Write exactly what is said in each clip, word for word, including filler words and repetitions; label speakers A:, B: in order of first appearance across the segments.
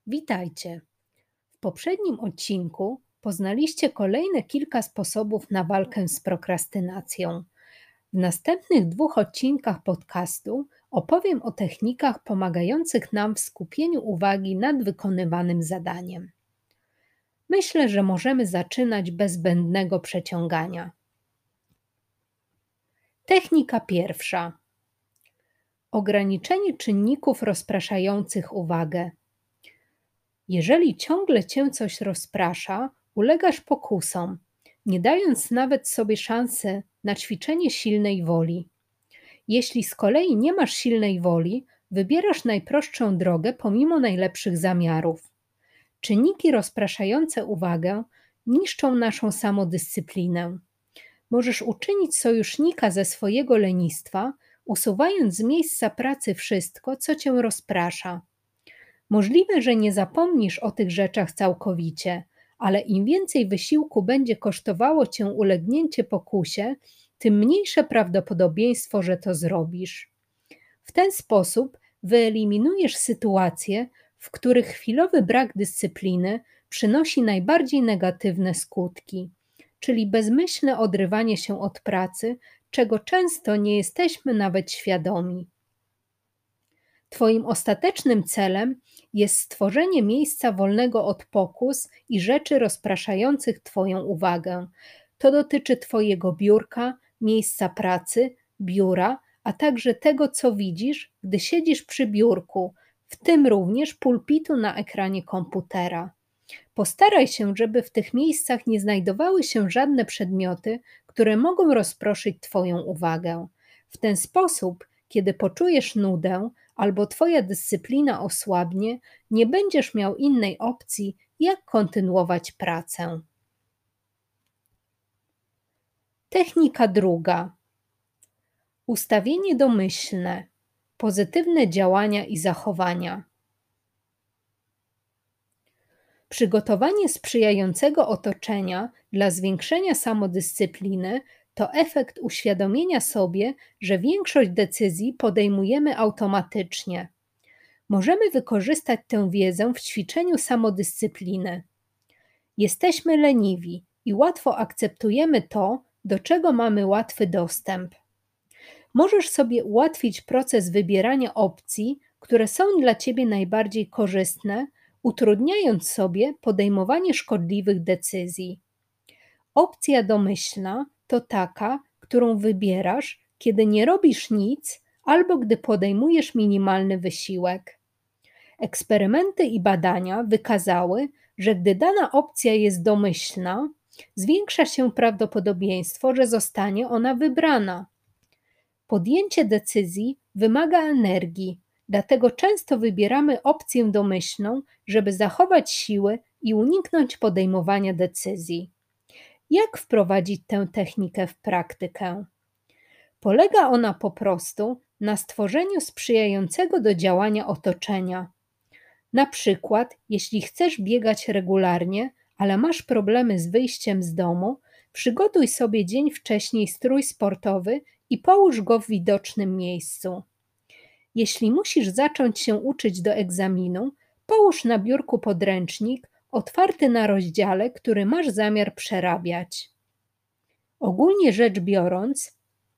A: Witajcie! W poprzednim odcinku poznaliście kolejne kilka sposobów na walkę z prokrastynacją. W następnych dwóch odcinkach podcastu opowiem o technikach pomagających nam w skupieniu uwagi nad wykonywanym zadaniem. Myślę, że możemy zaczynać bez zbędnego przeciągania. Technika pierwsza. Ograniczenie czynników rozpraszających uwagę. Jeżeli ciągle cię coś rozprasza, ulegasz pokusom, nie dając nawet sobie szansy na ćwiczenie silnej woli. Jeśli z kolei nie masz silnej woli, wybierasz najprostszą drogę pomimo najlepszych zamiarów. Czynniki rozpraszające uwagę niszczą naszą samodyscyplinę. Możesz uczynić sojusznika ze swojego lenistwa, usuwając z miejsca pracy wszystko, co cię rozprasza. Możliwe, że nie zapomnisz o tych rzeczach całkowicie, ale im więcej wysiłku będzie kosztowało cię ulegnięcie pokusie, tym mniejsze prawdopodobieństwo, że to zrobisz. W ten sposób wyeliminujesz sytuacje, w których chwilowy brak dyscypliny przynosi najbardziej negatywne skutki, czyli bezmyślne odrywanie się od pracy, czego często nie jesteśmy nawet świadomi. Twoim ostatecznym celem jest stworzenie miejsca wolnego od pokus i rzeczy rozpraszających Twoją uwagę. To dotyczy Twojego biurka, miejsca pracy, biura, a także tego, co widzisz, gdy siedzisz przy biurku, w tym również pulpitu na ekranie komputera. Postaraj się, żeby w tych miejscach nie znajdowały się żadne przedmioty, które mogą rozproszyć Twoją uwagę. W ten sposób, kiedy poczujesz nudę albo Twoja dyscyplina osłabnie, nie będziesz miał innej opcji, jak kontynuować pracę. Technika druga. Ustawienie domyślne, pozytywne działania i zachowania. Przygotowanie sprzyjającego otoczenia dla zwiększenia samodyscypliny to efekt uświadomienia sobie, że większość decyzji podejmujemy automatycznie. Możemy wykorzystać tę wiedzę w ćwiczeniu samodyscypliny. Jesteśmy leniwi i łatwo akceptujemy to, do czego mamy łatwy dostęp. Możesz sobie ułatwić proces wybierania opcji, które są dla Ciebie najbardziej korzystne, utrudniając sobie podejmowanie szkodliwych decyzji. Opcja domyślna to taka, którą wybierasz, kiedy nie robisz nic albo gdy podejmujesz minimalny wysiłek. Eksperymenty i badania wykazały, że gdy dana opcja jest domyślna, zwiększa się prawdopodobieństwo, że zostanie ona wybrana. Podjęcie decyzji wymaga energii, dlatego często wybieramy opcję domyślną, żeby zachować siły i uniknąć podejmowania decyzji. Jak wprowadzić tę technikę w praktykę? Polega ona po prostu na stworzeniu sprzyjającego do działania otoczenia. Na przykład, jeśli chcesz biegać regularnie, ale masz problemy z wyjściem z domu, przygotuj sobie dzień wcześniej strój sportowy i połóż go w widocznym miejscu. Jeśli musisz zacząć się uczyć do egzaminu, połóż na biurku podręcznik otwarty na rozdziale, który masz zamiar przerabiać. Ogólnie rzecz biorąc,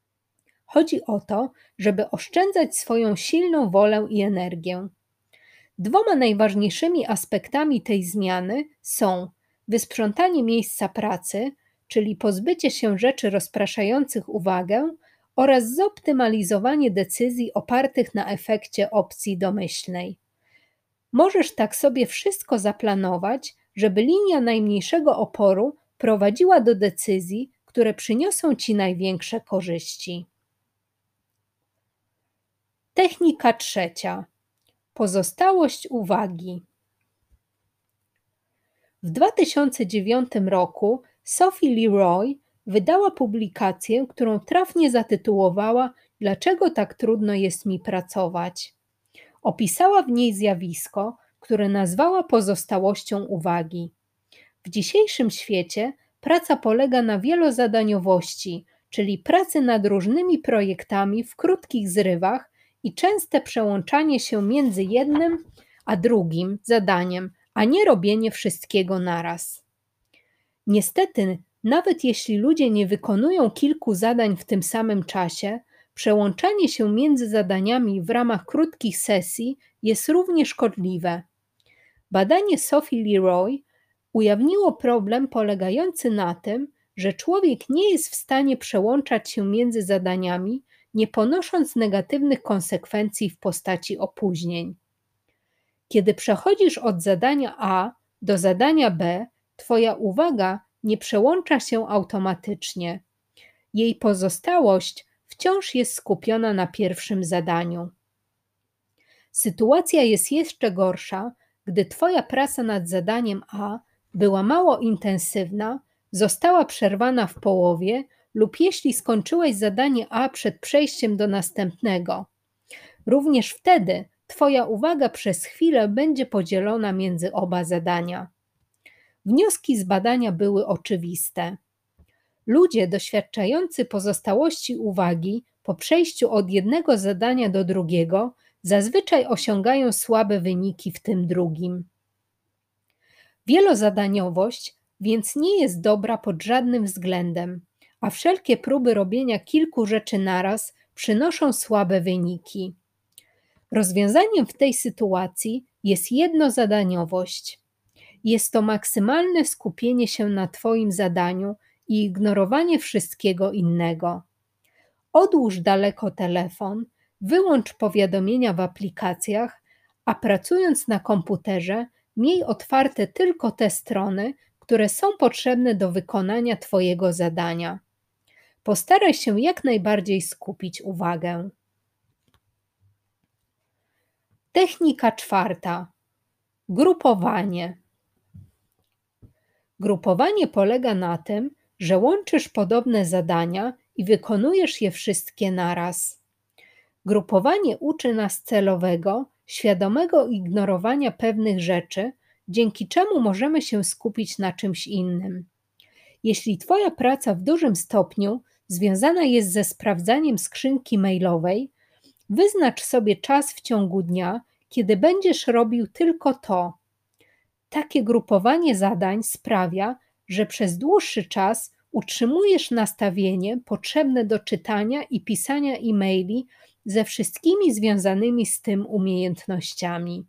A: chodzi o to, żeby oszczędzać swoją silną wolę i energię. Dwoma najważniejszymi aspektami tej zmiany są wysprzątanie miejsca pracy, czyli pozbycie się rzeczy rozpraszających uwagę, oraz zoptymalizowanie decyzji opartych na efekcie opcji domyślnej. Możesz tak sobie wszystko zaplanować, żeby linia najmniejszego oporu prowadziła do decyzji, które przyniosą Ci największe korzyści. Technika trzecia. Pozostałość uwagi. W dwa tysiące dziewiątym roku Sophie Leroy wydała publikację, którą trafnie zatytułowała „Dlaczego tak trudno jest mi pracować?”. Opisała w niej zjawisko, które nazwała pozostałością uwagi. W dzisiejszym świecie praca polega na wielozadaniowości, czyli pracy nad różnymi projektami w krótkich zrywach i częste przełączanie się między jednym a drugim zadaniem, a nie robienie wszystkiego naraz. Niestety, nawet jeśli ludzie nie wykonują kilku zadań w tym samym czasie, przełączanie się między zadaniami w ramach krótkich sesji jest równie szkodliwe. Badanie Sophie Leroy ujawniło problem polegający na tym, że człowiek nie jest w stanie przełączać się między zadaniami, nie ponosząc negatywnych konsekwencji w postaci opóźnień. Kiedy przechodzisz od zadania A do zadania B, Twoja uwaga nie przełącza się automatycznie. Jej pozostałość wciąż jest skupiona na pierwszym zadaniu. Sytuacja jest jeszcze gorsza, gdy Twoja praca nad zadaniem A była mało intensywna, została przerwana w połowie lub jeśli skończyłeś zadanie A przed przejściem do następnego. Również wtedy Twoja uwaga przez chwilę będzie podzielona między oba zadania. Wnioski z badania były oczywiste. Ludzie doświadczający pozostałości uwagi po przejściu od jednego zadania do drugiego zazwyczaj osiągają słabe wyniki w tym drugim. Wielozadaniowość więc nie jest dobra pod żadnym względem, a wszelkie próby robienia kilku rzeczy naraz przynoszą słabe wyniki. Rozwiązaniem w tej sytuacji jest jednozadaniowość. Jest to maksymalne skupienie się na Twoim zadaniu i ignorowanie wszystkiego innego. Odłóż daleko telefon, wyłącz powiadomienia w aplikacjach, a pracując na komputerze, miej otwarte tylko te strony, które są potrzebne do wykonania Twojego zadania. Postaraj się jak najbardziej skupić uwagę. Technika czwarta. Grupowanie. Grupowanie polega na tym, że łączysz podobne zadania i wykonujesz je wszystkie naraz. Grupowanie uczy nas celowego, świadomego ignorowania pewnych rzeczy, dzięki czemu możemy się skupić na czymś innym. Jeśli Twoja praca w dużym stopniu związana jest ze sprawdzaniem skrzynki mailowej, wyznacz sobie czas w ciągu dnia, kiedy będziesz robił tylko to. Takie grupowanie zadań sprawia, że przez dłuższy czas utrzymujesz nastawienie potrzebne do czytania i pisania e-maili ze wszystkimi związanymi z tym umiejętnościami.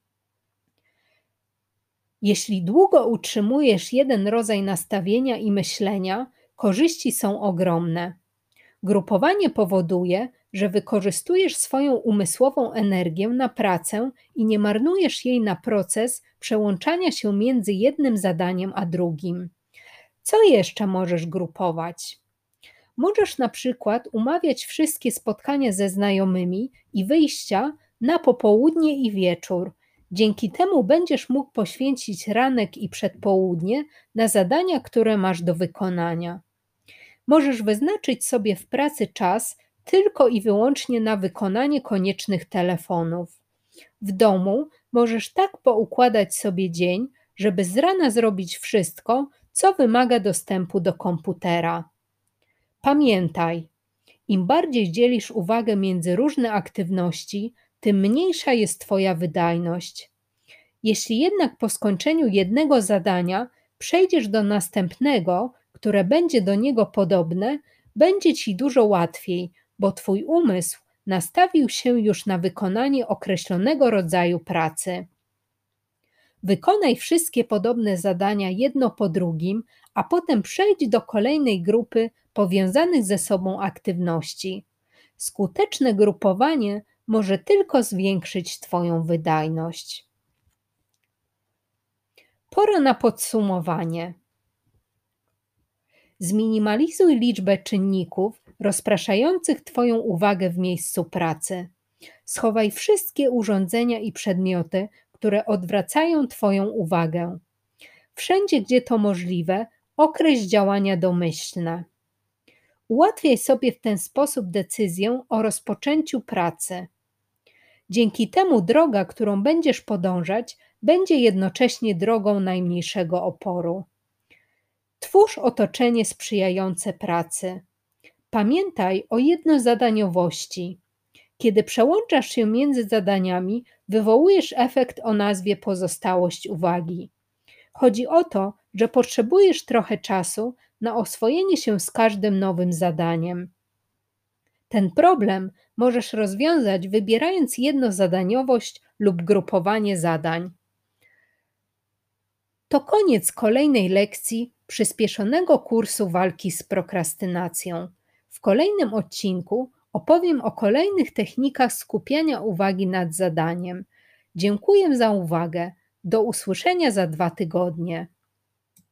A: Jeśli długo utrzymujesz jeden rodzaj nastawienia i myślenia, korzyści są ogromne. Grupowanie powoduje, że wykorzystujesz swoją umysłową energię na pracę i nie marnujesz jej na proces przełączania się między jednym zadaniem a drugim. Co jeszcze możesz grupować? Możesz na przykład umawiać wszystkie spotkania ze znajomymi i wyjścia na popołudnie i wieczór. Dzięki temu będziesz mógł poświęcić ranek i przedpołudnie na zadania, które masz do wykonania. Możesz wyznaczyć sobie w pracy czas tylko i wyłącznie na wykonanie koniecznych telefonów. W domu możesz tak poukładać sobie dzień, żeby z rana zrobić wszystko, co wymaga dostępu do komputera. Pamiętaj, im bardziej dzielisz uwagę między różne aktywności, tym mniejsza jest Twoja wydajność. Jeśli jednak po skończeniu jednego zadania przejdziesz do następnego, które będzie do niego podobne, będzie Ci dużo łatwiej, bo Twój umysł nastawił się już na wykonanie określonego rodzaju pracy. Wykonaj wszystkie podobne zadania jedno po drugim, a potem przejdź do kolejnej grupy powiązanych ze sobą aktywności. Skuteczne grupowanie może tylko zwiększyć Twoją wydajność. Pora na podsumowanie. Zminimalizuj liczbę czynników rozpraszających Twoją uwagę w miejscu pracy. Schowaj wszystkie urządzenia i przedmioty, które odwracają Twoją uwagę. Wszędzie, gdzie to możliwe, określ działania domyślne. Ułatwiaj sobie w ten sposób decyzję o rozpoczęciu pracy. Dzięki temu droga, którą będziesz podążać, będzie jednocześnie drogą najmniejszego oporu. Twórz otoczenie sprzyjające pracy. Pamiętaj o jednozadaniowości. Kiedy przełączasz się między zadaniami, wywołujesz efekt o nazwie pozostałość uwagi. Chodzi o to, że potrzebujesz trochę czasu na oswojenie się z każdym nowym zadaniem. Ten problem możesz rozwiązać, wybierając jednozadaniowość lub grupowanie zadań. To koniec kolejnej lekcji przyspieszonego kursu walki z prokrastynacją. W kolejnym odcinku opowiem o kolejnych technikach skupiania uwagi nad zadaniem. Dziękuję za uwagę. Do usłyszenia za dwa tygodnie.